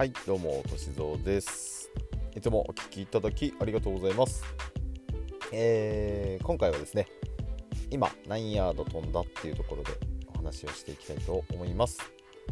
はい、どうも、としぞうです。いつもお聞きいただきありがとうございます。今回はですね、今何ヤード飛んだっていうところでお話をしていきたいと思います。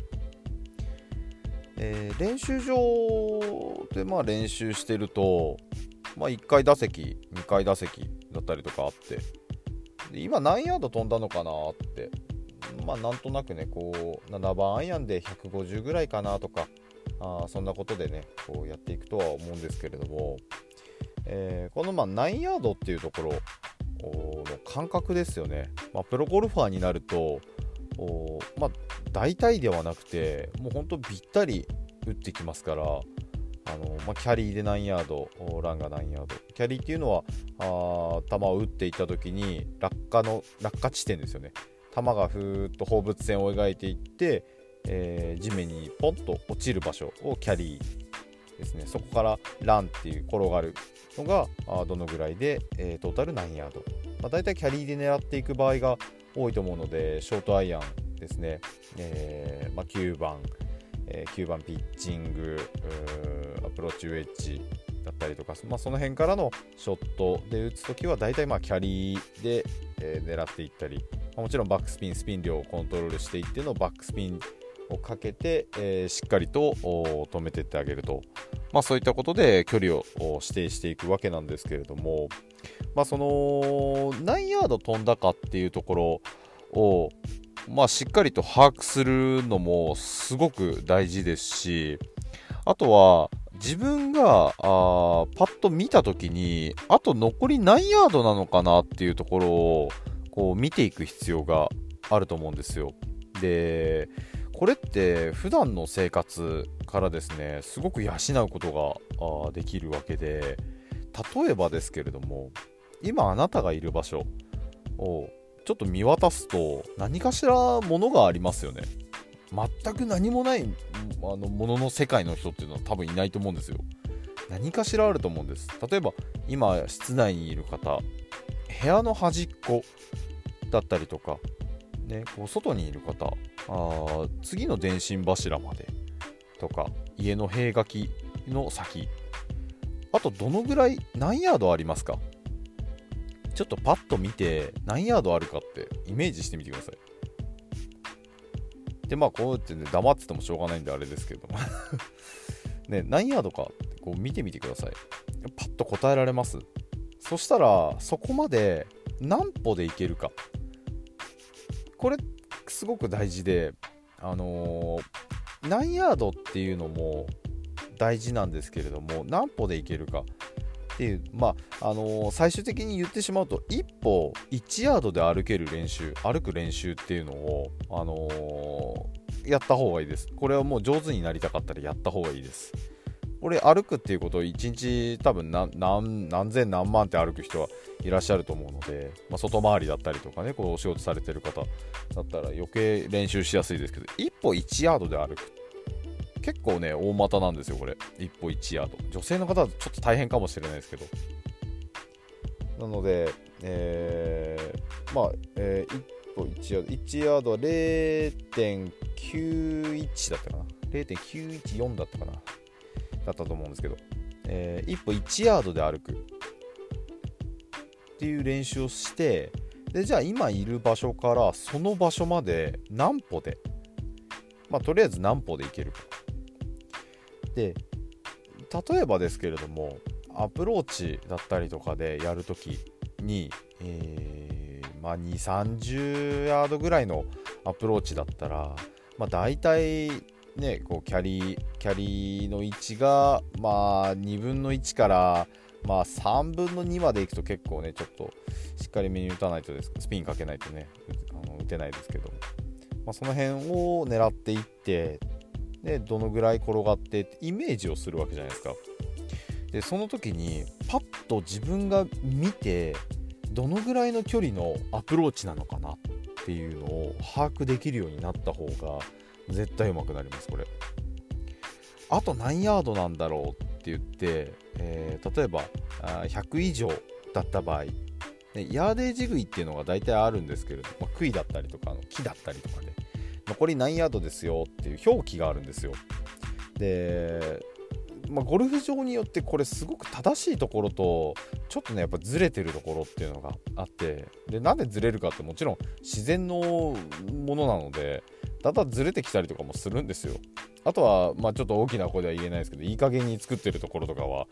練習場で練習してると、1回打席、2回打席だったりとかあって、で今何ヤード飛んだのかなって、なんとなくね、7番アイアンで150ぐらいかなとか、そんなことでねやっていくとは思うんですけれども、この何ヤードっていうところの感覚ですよね。プロゴルファーになると大体ではなくてもうほんとぴったり打ってきますから、キャリーで何ヤード、ランが何ヤード、キャリーっていうのは球を打っていった時に落下地点ですよね。球がふーっと放物線を描いていって、地面にポンと落ちる場所をキャリーですね。そこからランっていう転がるのがどのぐらいで、トータル何ヤード、だいたいキャリーで狙っていく場合が多いと思うので、ショートアイアンですね、9番ピッチング、アプローチウェッジだったりとか、その辺からのショットで打つときはだいたいキャリーで、狙っていったり、もちろんバックスピン量をコントロールしていってのバックスピンをかけて、しっかりと止めていってあげると、そういったことで距離を指定していくわけなんですけれども、その何ヤード飛んだかっていうところをしっかりと把握するのもすごく大事ですし、あとは自分がパッと見た時にあと残り何ヤードなのかなっていうところを見ていく必要があると思うんですよ。で、これって普段の生活からですね、すごく養うことができるわけで、例えばですけれども、今あなたがいる場所をちょっと見渡すと何かしらものがありますよね。全く何もないものの世界の人っていうのは多分いないと思うんですよ。何かしらあると思うんです。例えば今室内にいる方、部屋の端っこだったりとか、外にいる方、次の電信柱までとか、家の塀垣の先、あとどのぐらい何ヤードありますか。ちょっとパッと見て何ヤードあるかってイメージしてみてください。でこうやってね、黙っててもしょうがないんであれですけども何ヤードかって見てみてください。パッと答えられます？そしたらそこまで何歩でいけるか、これすごく大事で、何ヤードっていうのも大事なんですけれども、何歩でいけるかっていう、最終的に言ってしまうと1歩1ヤードで歩く練習っていうのを、やった方がいいです。これはもう上手になりたかったらやった方がいいです。これ歩くっていうことを1日多分何千何万って歩く人はいらっしゃると思うので、外回りだったりとかね、お仕事されてる方だったら余計練習しやすいですけど、1歩1ヤードで歩く、結構ね大股なんですよこれ。1歩1ヤード、女性の方はちょっと大変かもしれないですけど、なので、1歩1ヤードは 0.91 だったかな、0.914 だったかな、だったと思うんですけど、1歩1ヤードで歩くっていう練習をして、でじゃあ今いる場所からその場所まで何歩で、とりあえず何歩で行けるかで、例えばですけれどもアプローチだったりとかでやるときに、2、30ヤードぐらいのアプローチだったら、だいたいねキャリーの位置が2分の1から3分の2までいくと結構ねちょっとしっかりめに打たないとスピンかけないとね打てないですけど、その辺を狙っていって、でどのぐらい転がってイメージをするわけじゃないですか。でその時にパッと自分が見てどのぐらいの距離のアプローチなのかなっていうのを把握できるようになった方が絶対上手くなります。これあと何ヤードなんだろうって言って、例えば100以上だった場合、ヤーデージ杭っていうのが大体あるんですけれど、杭だったりとか木だったりとかで残り何ヤードですよっていう表記があるんですよ。 で、ゴルフ場によってこれすごく正しいところとちょっとねやっぱずれてるところっていうのがあって、でなんでずれるかってもちろん自然のものなのでだんだんずれてきたりとかもするんですよ。あとはちょっと大きな声では言えないですけど、いい加減に作ってるところとかは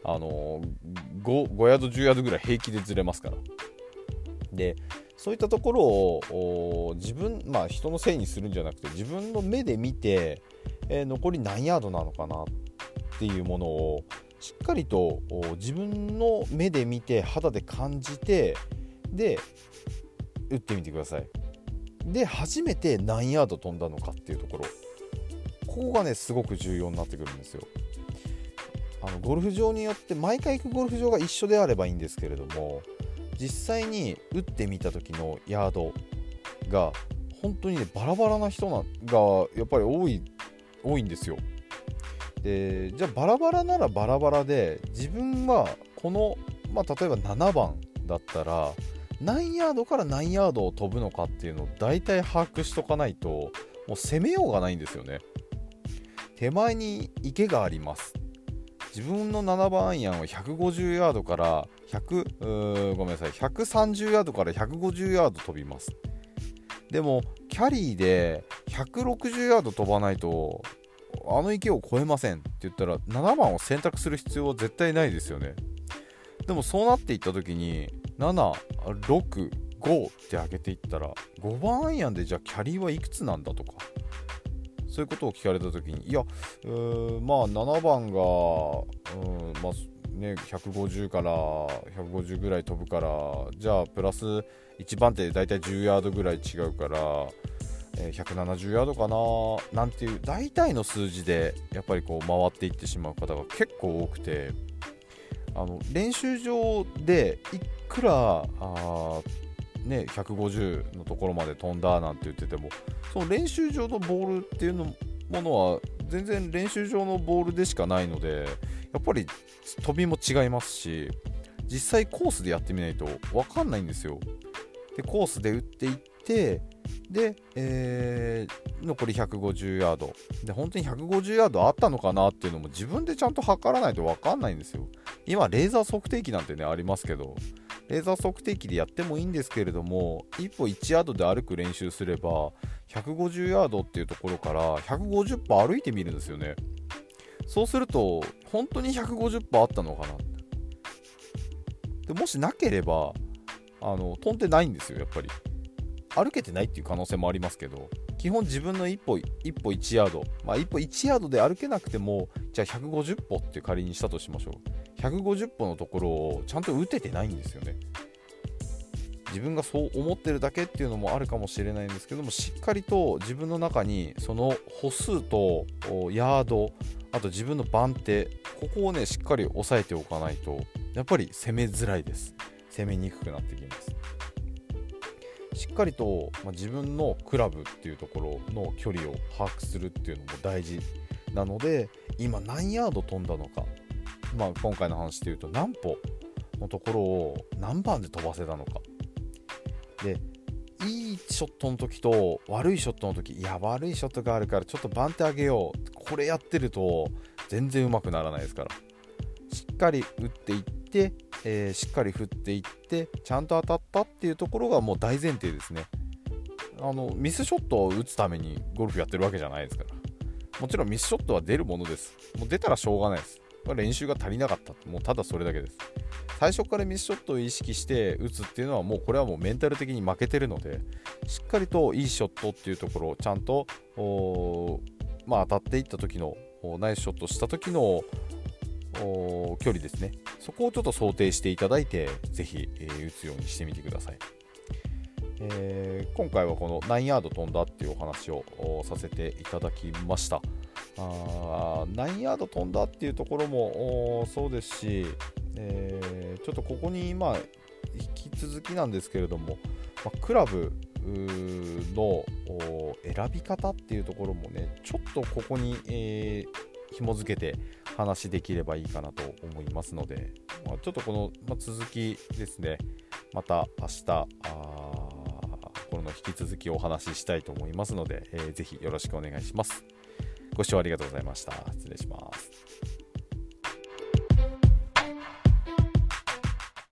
5ヤード10ヤードぐらい平気でずれますから。でそういったところを自分、人のせいにするんじゃなくて自分の目で見て、残り何ヤードなのかなっていうものをしっかりと自分の目で見て肌で感じて、で打ってみてください。で初めて何ヤード飛んだのかっていうところ、ここがねすごく重要になってくるんですよ。ゴルフ場によって毎回行くゴルフ場が一緒であればいいんですけれども、実際に打ってみた時のヤードが本当にねバラバラな人がやっぱり多いんですよ。でじゃあバラバラならバラバラで、自分はこの、例えば7番だったら何ヤードから何ヤードを飛ぶのかっていうのを大体把握しとかないともう攻めようがないんですよね。手前に池があります。自分の7番アイアンは150ヤードから130ヤードから150ヤード飛びます。でもキャリーで160ヤード飛ばないとあの池を越えませんって言ったら7番を選択する必要は絶対ないですよね。でもそうなっていった時に7、6、5って上げていったら5番アイアンでじゃあキャリーはいくつなんだとか、そういうことを聞かれた時にいや7番が150から150ぐらい飛ぶから、じゃあプラス1番手でだいたい10ヤードぐらい違うから170ヤードかななんていう大体の数字でやっぱりこう回っていってしまう方が結構多くて、練習場でいくら150のところまで飛んだなんて言ってても、その練習場のボールっていうものは全然練習場のボールでしかないので、やっぱり飛びも違いますし、実際コースでやってみないと分かんないんですよ。でコースで打っていってで、残り150ヤードで本当に150ヤードあったのかなっていうのも自分でちゃんと測らないと分かんないんですよ。今レーザー測定器なんてねありますけど、レーザー測定器でやってもいいんですけれども、一歩1ヤードで歩く練習すれば150ヤードっていうところから150歩歩いてみるんですよね。そうすると本当に150歩あったのかなで、もしなければ飛んでないんですよ。やっぱり歩けてないっていう可能性もありますけど、基本自分の一歩1ヤード、一歩1ヤードで歩けなくてもじゃあ150歩って仮にしたとしましょう。150歩のところをちゃんと打ててないんですよね。自分がそう思ってるだけっていうのもあるかもしれないんですけども、しっかりと自分の中にその歩数とヤード、あと自分の番手、ここをねしっかり押さえておかないとやっぱり攻めづらいです。攻めにくくなってきます。しっかりと、自分のクラブっていうところの距離を把握するっていうのも大事なので、今何ヤード飛んだのか、今回の話でいうと何歩のところを何番で飛ばせたのかで、いいショットの時と悪いショットの時、いや悪いショットがあるからちょっと番手上げよう、これやってると全然うまくならないですから、しっかり打っていって、しっかり振っていってちゃんと当たったっていうところがもう大前提ですね。ミスショットを打つためにゴルフやってるわけじゃないですから、もちろんミスショットは出るものです。もう出たらしょうがないです。練習が足りなかった、もうただそれだけです。最初からミスショットを意識して打つっていうのはもうこれはもうメンタル的に負けてるので、しっかりといいショットっていうところをちゃんと当たっていった時のナイスショットした時の距離ですね、そこをちょっと想定していただいてぜひ、打つようにしてみてください。今回はこの何ヤード飛んだっていうお話をさせていただきました。何ヤード飛んだっていうところもそうですし、ちょっとここに引き続きなんですけれども、クラブの選び方っていうところもね、ちょっとここに、紐付けて話できればいいかなと思いますので、ちょっとこの、続きですね、また明日この引き続きお話ししたいと思いますので、ぜひよろしくお願いします。 ご視聴ありがとうございました。失礼します。